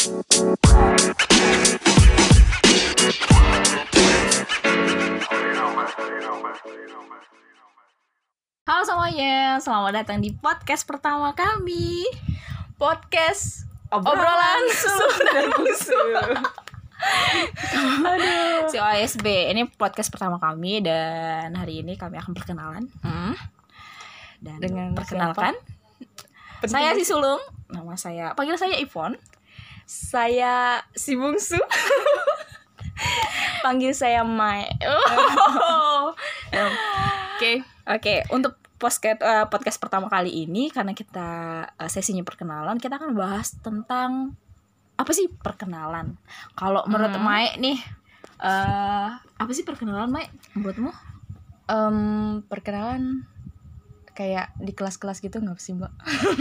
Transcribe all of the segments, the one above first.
Halo semuanya, selamat datang di podcast pertama kami. Podcast Obrolan Sulung dan Bungsu. Aduh. Si OSB, ini podcast pertama kami dan hari ini kami akan perkenalan. Dan Dengan perkenalkan, saya si Sulung, nama saya, panggil saya Ivon. Saya si Bungsu. Panggil saya Mai. Oke, untuk podcast pertama kali ini karena kita sesinya perkenalan, kita akan bahas tentang apa sih perkenalan. Kalau menurut Mai nih, apa sih perkenalan, Mai? Menurutmu? Perkenalan kayak di kelas-kelas gitu nggak sih, Mbak?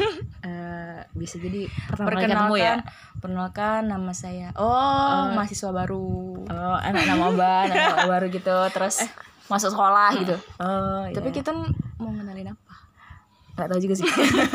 Bisa jadi pertama kali ketemu ya. Perkenalkan nama saya. Mahasiswa baru. Anak nama baru gitu, terus masuk sekolah gitu. Tapi kita mau ngenalin apa? Nggak tahu juga sih.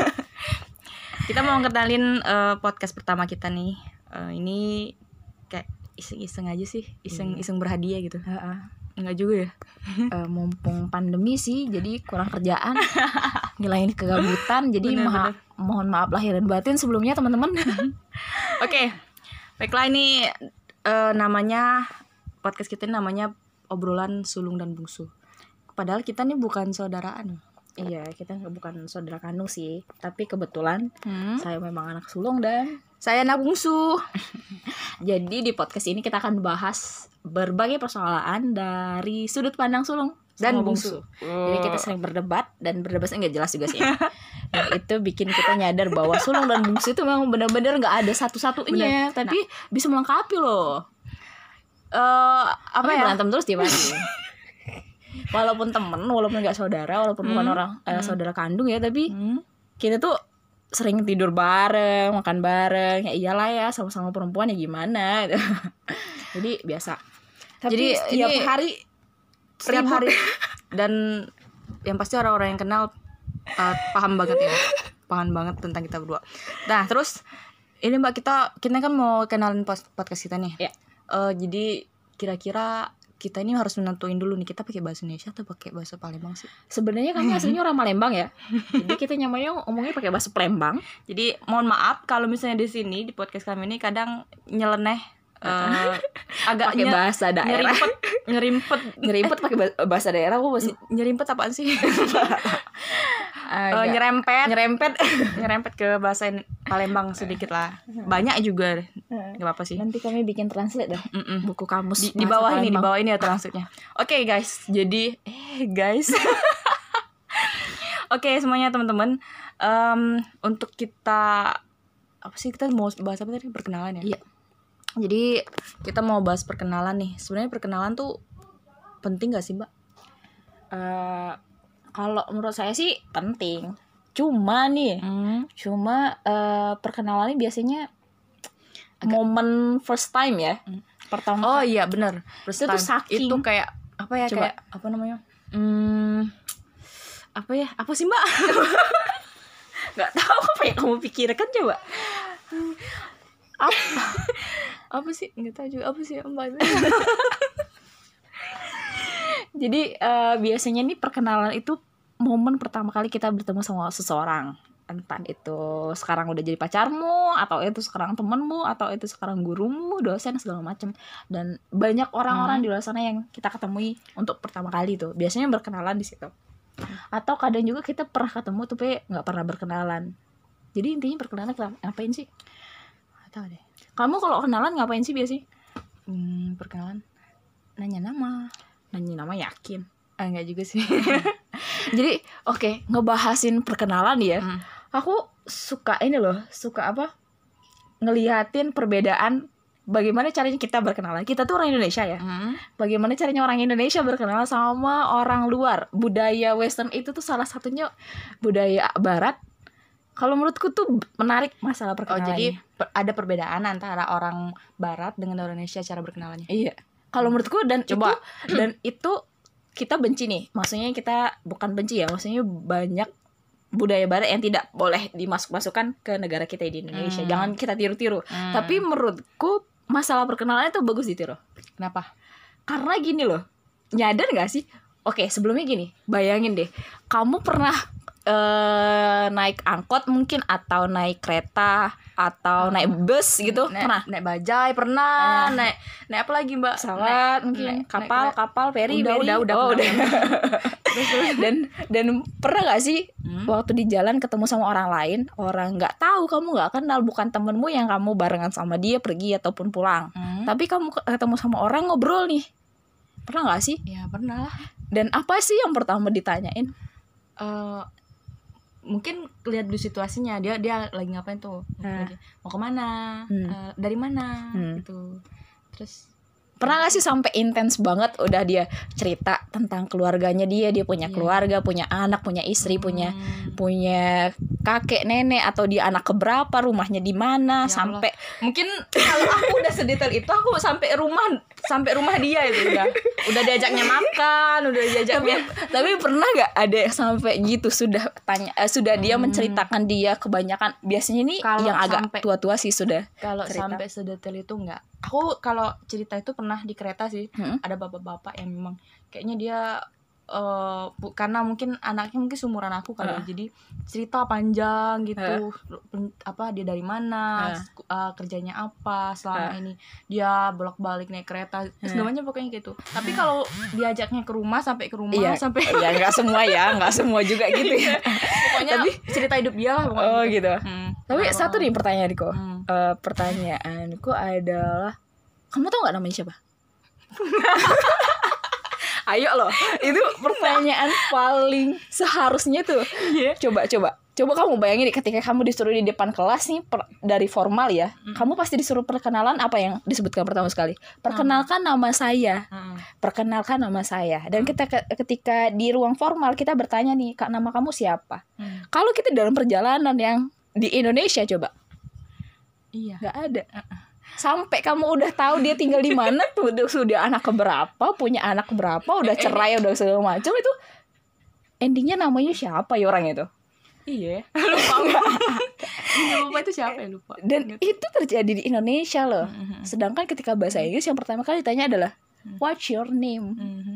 Kita mau ngenalin podcast pertama kita nih. Ini kayak iseng-iseng aja sih, iseng berhadiah gitu. Enggak juga ya. Mumpung pandemi sih, jadi kurang kerjaan, ngilangin kegabutan. Jadi mohon maaf lahir dan batin sebelumnya teman-teman. Oke, baiklah, ini namanya podcast kita namanya Obrolan Sulung dan Bungsu. Padahal kita nih bukan saudaraan. Iya, kita bukan saudara kandung sih, tapi kebetulan saya memang anak sulung dan saya anak bungsu. Jadi di podcast ini kita akan bahas berbagai persoalan dari sudut pandang sulung Dan sama bungsu. Jadi kita sering berdebat, dan berdebatnya nggak jelas juga sih. Dan itu bikin kita nyadar bahwa sulung dan bungsu itu memang benar-benar nggak ada satu-satunya, tapi bisa melengkapi loh. Apa ya? Berantem terus tiap hari. Walaupun temen, walaupun nggak saudara, walaupun bukan orang saudara kandung ya, tapi kita tuh sering tidur bareng, makan bareng. Ya iyalah ya, sama-sama perempuan ya gimana. Jadi biasa. Tapi Jadi setiap hari dan yang pasti orang-orang yang kenal paham banget ya, paham banget tentang kita berdua. Nah terus ini Mbak, kita kan mau kenalin podcast kita nih. Ya. Jadi kira-kira kita ini harus menentuin dulu nih, kita pakai bahasa Indonesia atau pakai bahasa Palembang sih? Sebenarnya kami aslinya orang Palembang ya. Jadi kita ngomongnya pakai bahasa Palembang. Jadi mohon maaf kalau misalnya di sini di podcast kami ini kadang nyeleneh, agak Pakai bahasa daerah. nyerimpet pakai bahasa daerah. nyerimpet apaan sih? nyerempet ke bahasa Palembang sedikit lah. Banyak juga, nggak apa-apa sih. Nanti kami bikin translate dah. Buku kamus Di bawah ini ya translate-nya. Oke guys, jadi guys. Oke semuanya teman-teman, untuk kita apa sih, kita mau bahas apa tadi? Perkenalan ya. Iya. Jadi kita mau bahas perkenalan nih. Sebenarnya perkenalan tuh penting gak sih, Mbak? Kalau menurut saya sih penting. Cuma perkenalan ini biasanya momen first time ya. Pertama. Oh iya benar. Itu tuh saking. Itu kayak apa ya? Coba. Kayak apa namanya? Apa ya? Apa sih, Mbak? Nggak tahu apa yang kamu pikirkan, coba. Apa sih? Nggak tahu juga apa sih, Mbak. Jadi biasanya nih perkenalan itu momen pertama kali kita bertemu sama seseorang. Entah itu sekarang udah jadi pacarmu, atau itu sekarang temenmu, atau itu sekarang gurumu, dosen, segala macam. Dan banyak orang-orang di luar sana yang kita ketemui untuk pertama kali tuh. Biasanya berkenalan di situ. Atau kadang juga kita pernah ketemu tapi nggak pernah berkenalan. Jadi intinya perkenalan ngapain sih? Nggak tahu deh. Kamu kalau kenalan ngapain sih biasanya? Perkenalan nanya nama yakin. Enggak juga sih. Jadi ngebahasin perkenalan ya. Aku suka ngelihatin perbedaan bagaimana caranya kita berkenalan. Kita tuh orang Indonesia ya. Bagaimana caranya orang Indonesia berkenalan sama orang luar. Budaya Western itu tuh salah satunya budaya Barat. Kalau menurutku tuh menarik masalah perkenalan. Oh, jadi ada perbedaan antara orang Barat dengan orang Indonesia cara berkenalannya. Iya. Kalau menurutku dan itu kita benci nih. Maksudnya kita bukan benci ya. Maksudnya banyak budaya barat yang tidak boleh dimasukkan ke negara kita di Indonesia. Jangan kita tiru-tiru. Tapi menurutku masalah perkenalan itu bagus ditiru. Kenapa? Karena gini loh, nyadar gak sih? Oke, sebelumnya gini, bayangin deh, kamu pernah naik angkot mungkin, atau naik kereta, atau naik bus gitu, pernah? Naik bajai pernah, naik apa lagi mbak? Pesawat mungkin, kapal, feri, udah. dan pernah gak sih waktu di jalan ketemu sama orang lain, orang nggak tahu, kamu nggak kenal, bukan temenmu yang kamu barengan sama dia pergi ataupun pulang, tapi kamu ketemu sama orang ngobrol nih, pernah gak sih? Ya pernah lah. Dan apa sih yang pertama ditanyain? Mungkin lihat dulu situasinya, dia lagi ngapain tuh, mau kemana, dari mana, gitu. Terus pernah gak sih sampai intens banget udah dia cerita tentang keluarganya, dia punya keluarga, punya anak, punya istri, punya kakek nenek, atau dia anak keberapa, rumahnya di mana, ya sampai Allah. Mungkin kalau aku udah sedetail itu, aku sampai rumah dia itu udah diajaknya makan, udah diajaknya. tapi pernah gak ada yang sampai gitu, sudah dia menceritakan dia kebanyakan, biasanya nih kalau yang agak tua-tua sih sudah. Kalau sampai sedetail itu enggak. Aku kalau cerita itu pernah di kereta sih, ada bapak-bapak yang memang kayaknya dia karena mungkin anaknya mungkin seumuran aku kali ya, jadi cerita panjang gitu, apa dia dari mana, kerjanya apa selama ini, dia bolak-balik naik kereta, semuanya pokoknya gitu. Tapi kalau diajaknya ke rumah, sampai sampai ya nggak semua juga gitu ya. Pokoknya tapi cerita hidup dia lah pokoknya. Oh gitu. Tapi satu nih pertanyaanku, pertanyaanku adalah, kamu tahu nggak namanya siapa? Ayo loh, itu pertanyaan paling seharusnya tuh. Coba kamu bayangin nih, ketika kamu disuruh di depan kelas nih, dari formal ya, kamu pasti disuruh perkenalan. Apa yang disebutkan pertama sekali? Perkenalkan nama saya. Perkenalkan nama saya. Dan kita ketika di ruang formal, kita bertanya nih, Kak, nama kamu siapa? Kalau kita dalam perjalanan yang di Indonesia, coba, nggak ada. Sampai kamu udah tahu dia tinggal di mana tuh, sudah anak keberapa, punya anak berapa, udah cerai, udah segala macam, itu endingnya namanya siapa ya orang itu? Iya, lupa itu siapa ya, lupa. Dan itu terjadi di Indonesia loh. Sedangkan ketika bahasa Inggris yang pertama kali ditanya adalah what's your name?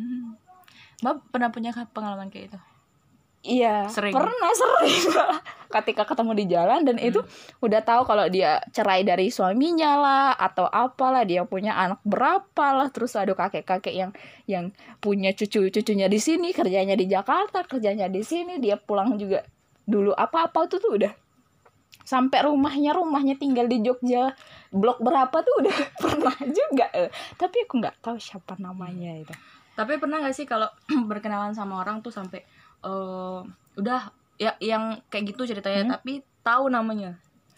Mbak pernah punya pengalaman kayak itu? Iya, pernah sering ketika ketemu di jalan, dan itu udah tahu kalau dia cerai dari suaminya lah, atau apalah, dia punya anak berapa lah, terus ada kakek-kakek yang punya cucunya di sini, kerjanya di Jakarta, kerjanya di sini, dia pulang juga dulu apa-apa tuh udah sampai rumahnya tinggal di Jogja, blok berapa tuh udah pernah juga. Tapi aku nggak tahu siapa namanya itu. Tapi pernah nggak sih kalau berkenalan sama orang tuh sampai udah ya yang kayak gitu ceritanya, tapi tahu namanya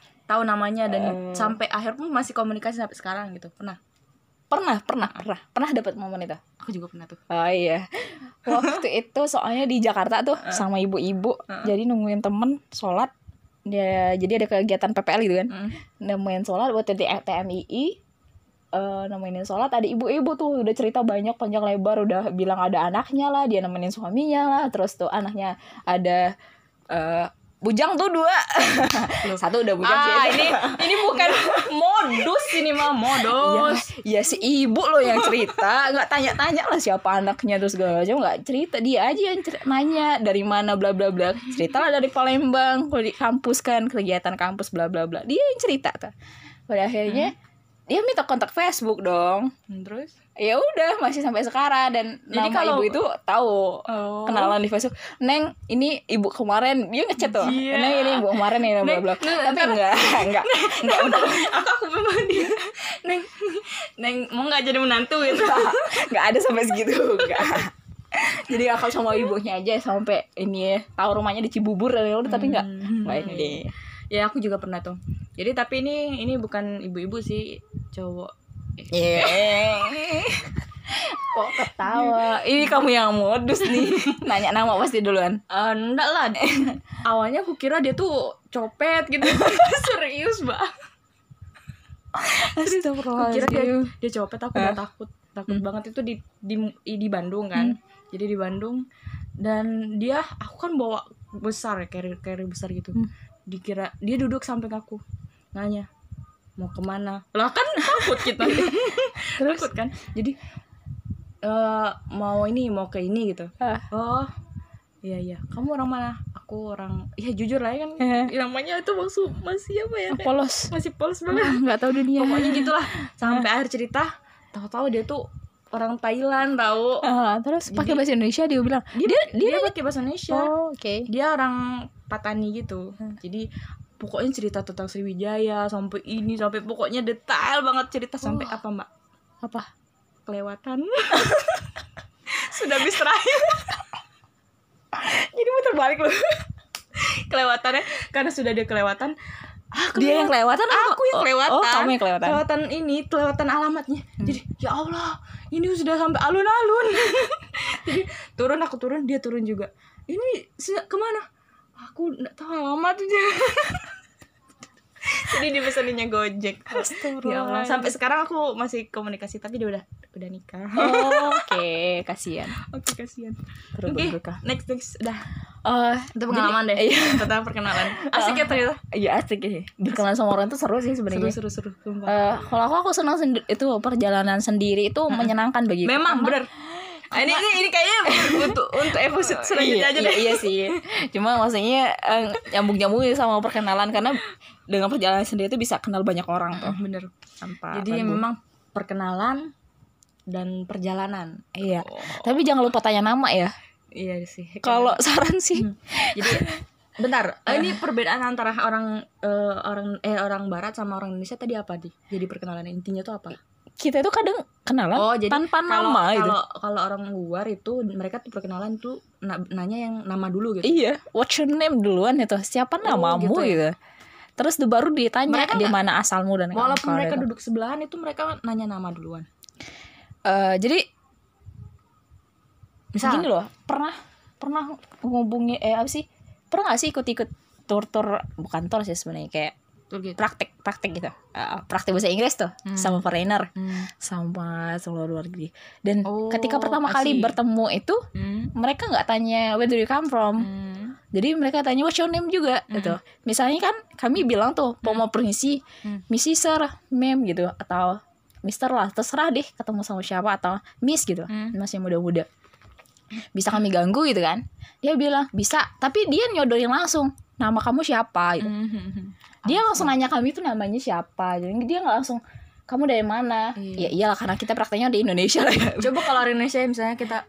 dan sampai akhir pun masih komunikasi sampai sekarang gitu? Pernah dapat momen itu. Aku juga pernah tuh. Oh iya, waktu itu soalnya di Jakarta tuh sama ibu-ibu, jadi nungguin temen sholat, jadi ada kegiatan PPL gitu kan, nemuin sholat buat TMII, nemenin sholat, ada ibu-ibu tuh udah cerita banyak panjang lebar, udah bilang ada anaknya lah, dia nemenin suaminya lah, terus tuh anaknya ada bujang tuh 2. Satu udah bujang sih. Ini bukan modus, ini mah modus. Ya si ibu lo yang cerita, nggak tanya-tanya lah siapa anaknya terus segala macam, nggak cerita, dia aja yang nanya dari mana bla bla bla. Cerita lah dari Palembang, kalau di kampus kan, kegiatan kampus bla bla bla. Dia yang cerita tuh. Pada akhirnya dia minta kontak Facebook dong. Terus ya udah masih sampai sekarang, dan jadi nama ibu itu tahu, kenalan di Facebook. Neng, ini ibu kemarin, dia ngechat tuh. Neng, ini ibu kemarin nih bla bla. Tapi enggak aku memang dia. Neng mau enggak jadi menantu gitu. Enggak ada sampai segitu, enggak. Jadi akal sama ibunya aja sampai ini ya, tahu rumahnya di Cibubur tapi enggak ini deh. Ya aku juga pernah tuh. Jadi tapi ini bukan ibu-ibu sih, cowok. Kok ketawa? Ini kamu yang modus nih. Nanya nama pasti duluan. Enggak lah. Awalnya aku kira dia tuh copet gitu. Serius, Mbak. Aku kira dia copet, aku udah takut banget. Itu di Bandung kan. Jadi di Bandung, dan aku kan bawa besar ya, carrier besar gitu. Dikira dia duduk samping aku, nanya mau kemana, lah kan takut kita. Takut kan, jadi mau ke ini gitu. Oh iya kamu orang mana? Aku orang, ya jujur lah ya kan, namanya itu masih apa ya, polos, masih polos banget, nggak tahu dunia pokoknya gitulah. Sampai akhir cerita tahu-tahu dia tuh orang Thailand tahu. Terus pakai bahasa Indonesia, dia bilang dia pakai bahasa Indonesia. Oke. Dia orang Patani gitu. Jadi pokoknya cerita tentang Sriwijaya sampai pokoknya detail banget cerita. Sampai apa Mbak? Apa? Kelewatan. Sudah bis terakhir. Jadi muter balik loh. Kelewatannya karena sudah dia kelewatan. Dia yang kelewatan, aku yang kelewatan. Oh, kamu yang kelewatan. Kelewatan alamatnya. Jadi ya Allah, ini sudah sampai alun-alun. Jadi aku turun, dia turun juga. Ini kemana? Aku nggak tahu alamatnya. Jadi dipesaninnya Gojek. Ya Allah. Sampai sekarang aku masih komunikasi, tapi dia udah nikah. Oke, kasihan. Oke, kasihan. Oke, next udah. Itu pengalaman deh. Tentang perkenalan. Asik ya ternyata. Iya, asik ya. Berkenalan sama orang itu seru sih sebenarnya. Seru. Kalau aku senang itu perjalanan sendiri itu menyenangkan bagiku. Memang benar. Ini kayaknya untuk episode selanjutnya aja deh. Iya sih. Cuma maksudnya nyambung sama perkenalan, karena dengan perjalanan sendiri itu bisa kenal banyak orang tuh. Bener. Jadi memang perkenalan dan perjalanan. Iya. Tapi jangan lupa tanya nama ya. Iya sih. Kalau saran sih. Jadi bentar, ini perbedaan antara orang barat sama orang Indonesia tadi apa nih? Jadi perkenalan intinya tuh apa? Kita itu kadang kenalan jadi tanpa nama gitu. Kalau orang luar itu mereka tuh perkenalan tuh nanya yang nama dulu gitu. Iya, what's your name duluan itu. Siapa namamu gitu. Terus baru ditanya di mana asalmu dan walaupun mereka duduk sebelahan itu mereka nanya nama duluan. Jadi misal gini loh, pernah ngubungi apa sih? Pernah nggak sih ikut tur bukan tur sih sebenarnya, kayak gitu. praktek gitu, praktek bahasa Inggris tuh sama foreigner, sama luar negeri. Dan ketika pertama kali bertemu itu mereka nggak tanya where do you come from, jadi mereka tanya what's your name juga gitu. Misalnya kan kami bilang tuh mau permisi, Missy, Sir, Ma'am gitu, atau Mister lah, terserah deh ketemu sama siapa, atau Miss gitu, masih muda-muda. Bisa kami ganggu gitu kan? Dia bilang bisa, tapi dia nyodorin langsung nama kamu siapa gitu. Dia langsung nanya kami tuh namanya siapa. Jadi dia nggak langsung kamu dari mana. Ya iyalah, karena kita prakteknya di Indonesia lah ya. Coba kalau di Indonesia misalnya kita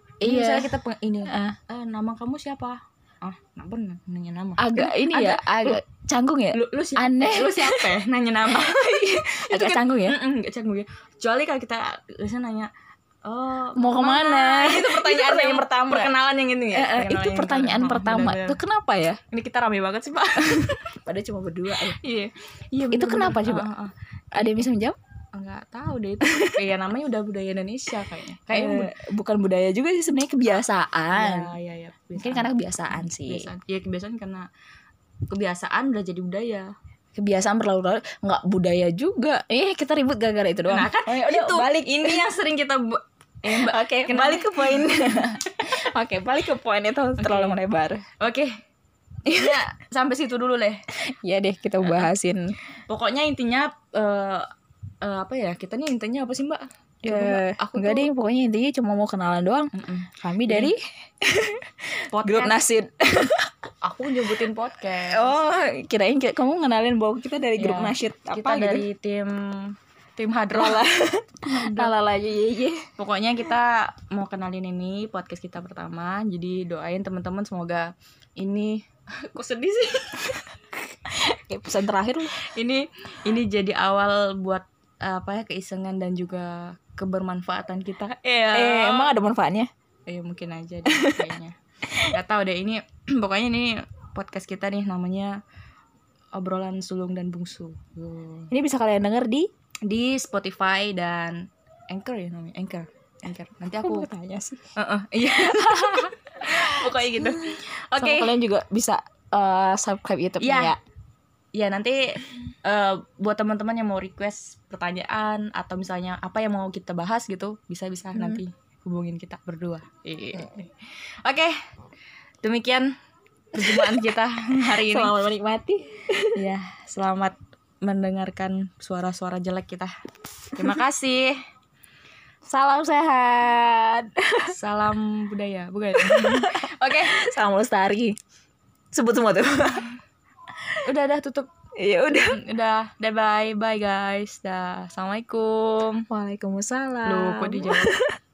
nama kamu siapa? Nggak pernah nanya nama. Agak agak canggung ya. Lu siapa? Aneh. Lu siapa ya? Nanya nama. Agak canggung ya. Agak canggung ya. Kecuali kalau kita biasanya nanya mau kemana? Itu pertanyaan yang pertama. Perkenalan yang ini ya. Itu pertanyaan pertama. Itu kenapa ya? Ini kita rame banget sih, Pak. Padahal cuma berdua ya. Iya. Itu kenapa coba? Ada yang bisa menjawab? Enggak tahu deh itu. Kayak namanya udah budaya Indonesia kayaknya. Bukan budaya juga sih sebenarnya, kebiasaan. Iya. Mungkin karena kebiasaan sih. Kebiasaan karena kebiasaan udah jadi budaya. Kebiasaan berlalu-lalu, nggak budaya juga. Kita ribut gara-gara itu doang. Nah kan itu balik ini yang sering kita Oke, balik ke poin. Oke, balik ke poin itu terlalu melebar. Oke. Ya, sampai situ dulu deh. Ya deh, kita bahasin. Pokoknya intinya apa ya? Kita nih intinya apa sih, Mbak? Aku enggak deh, pokoknya intinya cuma mau kenalan doang. Kami dari grup Nasid. Aku nyebutin podcast. Oh, kirain kamu ngenalin bahwa kita dari grup Nasid apa kita gitu. Dari tim Hadrola. Lalala aja. Pokoknya kita mau kenalin ini podcast kita pertama. Jadi doain teman-teman semoga ini kok sedih sih. Kayak pesan terakhir loh. Ini jadi awal buat keisengan dan juga kebermanfaatan kita. Emang ada manfaatnya? Mungkin aja deh kayaknya. Gak tahu deh, ini pokoknya ini podcast kita nih namanya Obrolan Sulung dan Bungsu. Ini bisa kalian denger di Spotify dan Anchor ya namanya. Anchor. Nanti aku tanya sih. Iya. Pokoknya gitu. Oke. Kalian juga bisa subscribe YouTube-nya ya. Ya nanti buat teman-teman yang mau request pertanyaan atau misalnya apa yang mau kita bahas gitu, bisa nanti hubungin kita berdua. Oke. Demikian perjumpaan kita hari ini. Selamat menikmati. Ya, selamat mendengarkan suara-suara jelek kita. Terima kasih. Salam sehat. Salam budaya, bukan? Oke, salam lestari. Sebut semua tuh. Udah tutup. Ya udah. Bye guys. Dah. Assalamualaikum. Waalaikumsalam. Loh, kok dijawab?